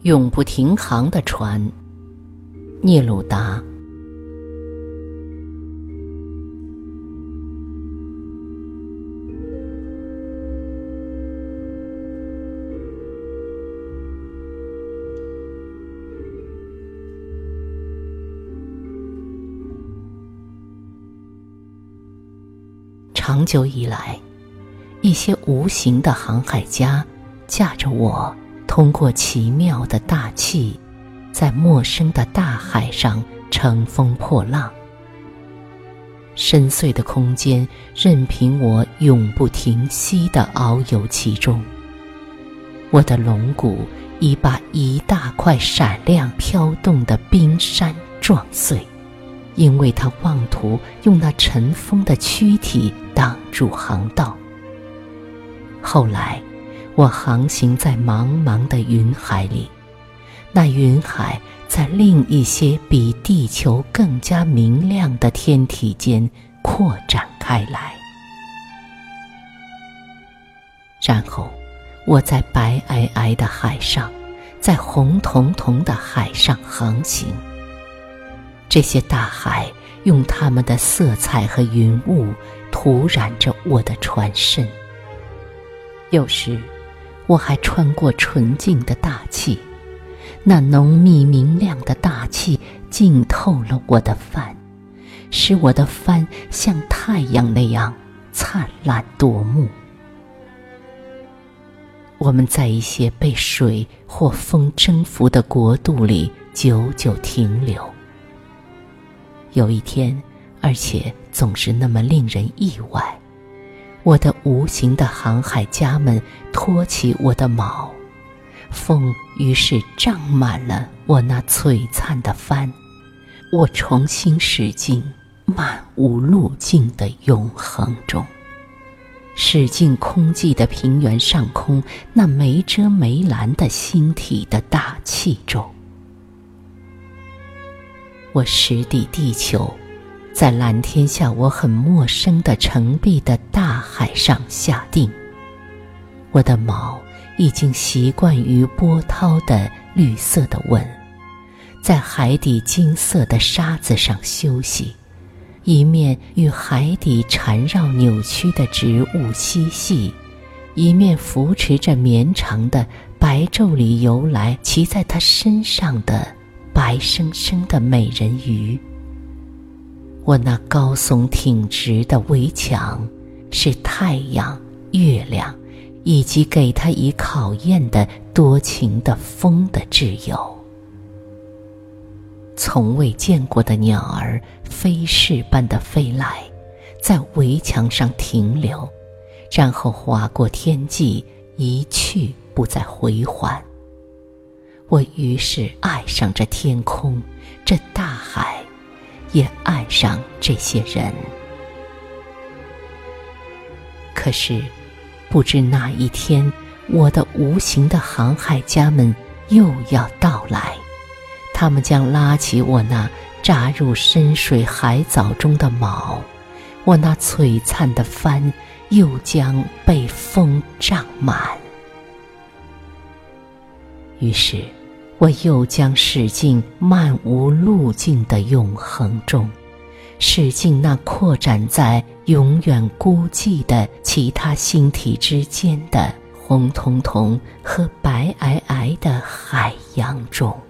永不停航的船，聂鲁达。长久以来，一些无形的航海家驾着我，通过奇妙的大气，在陌生的大海上乘风破浪。深邃的空间任凭我永不停息地遨游其中。我的龙骨已把一大块闪亮飘动的冰山撞碎，因为它妄图用那尘封的躯体挡住航道。后来我航行在茫茫的云海里，那云海在另一些比地球更加明亮的天体间扩展开来。然后我在白皑皑的海上，在红彤彤的海上航行。这些大海用它们的色彩和云雾涂染着我的船身。有时我还穿过纯净的大气，那浓密明亮的大气浸透了我的帆，使我的帆像太阳那样灿烂夺目。我们在一些被水或风征服的国度里久久停留。有一天，而且总是那么令人意外，我的无形的航海家们托起我的锚，风于是胀满了我那璀璨的帆，我重新驶进漫无路径的永恒中，驶进空寂的平原上空那没遮没拦的星体的大气中。我驶抵地球，在蓝天下我很陌生的澄碧的大海上下定。我的锚已经习惯于波涛的绿色的纹，在海底金色的沙子上休息，一面与海底缠绕扭曲的植物嬉戏，一面扶持着绵长的白昼里游来骑在它身上的白生生的美人鱼。我那高耸挺直的围墙是太阳、月亮以及给它以考验的多情的风的挚友。从未见过的鸟儿飞逝般的飞来，在围墙上停留，然后划过天际，一去不再回还。我于是爱上这天空，这大海，也爱上这些人。可是不知哪一天，我的无形的航海家们又要到来，他们将拉起我那扎入深水海藻中的锚，我那璀璨的帆又将被风胀满。于是我又将驶进漫无路径的永恒中，驶进那扩展在永远孤寂的其他星体之间的红彤彤和白皑皑的海洋中。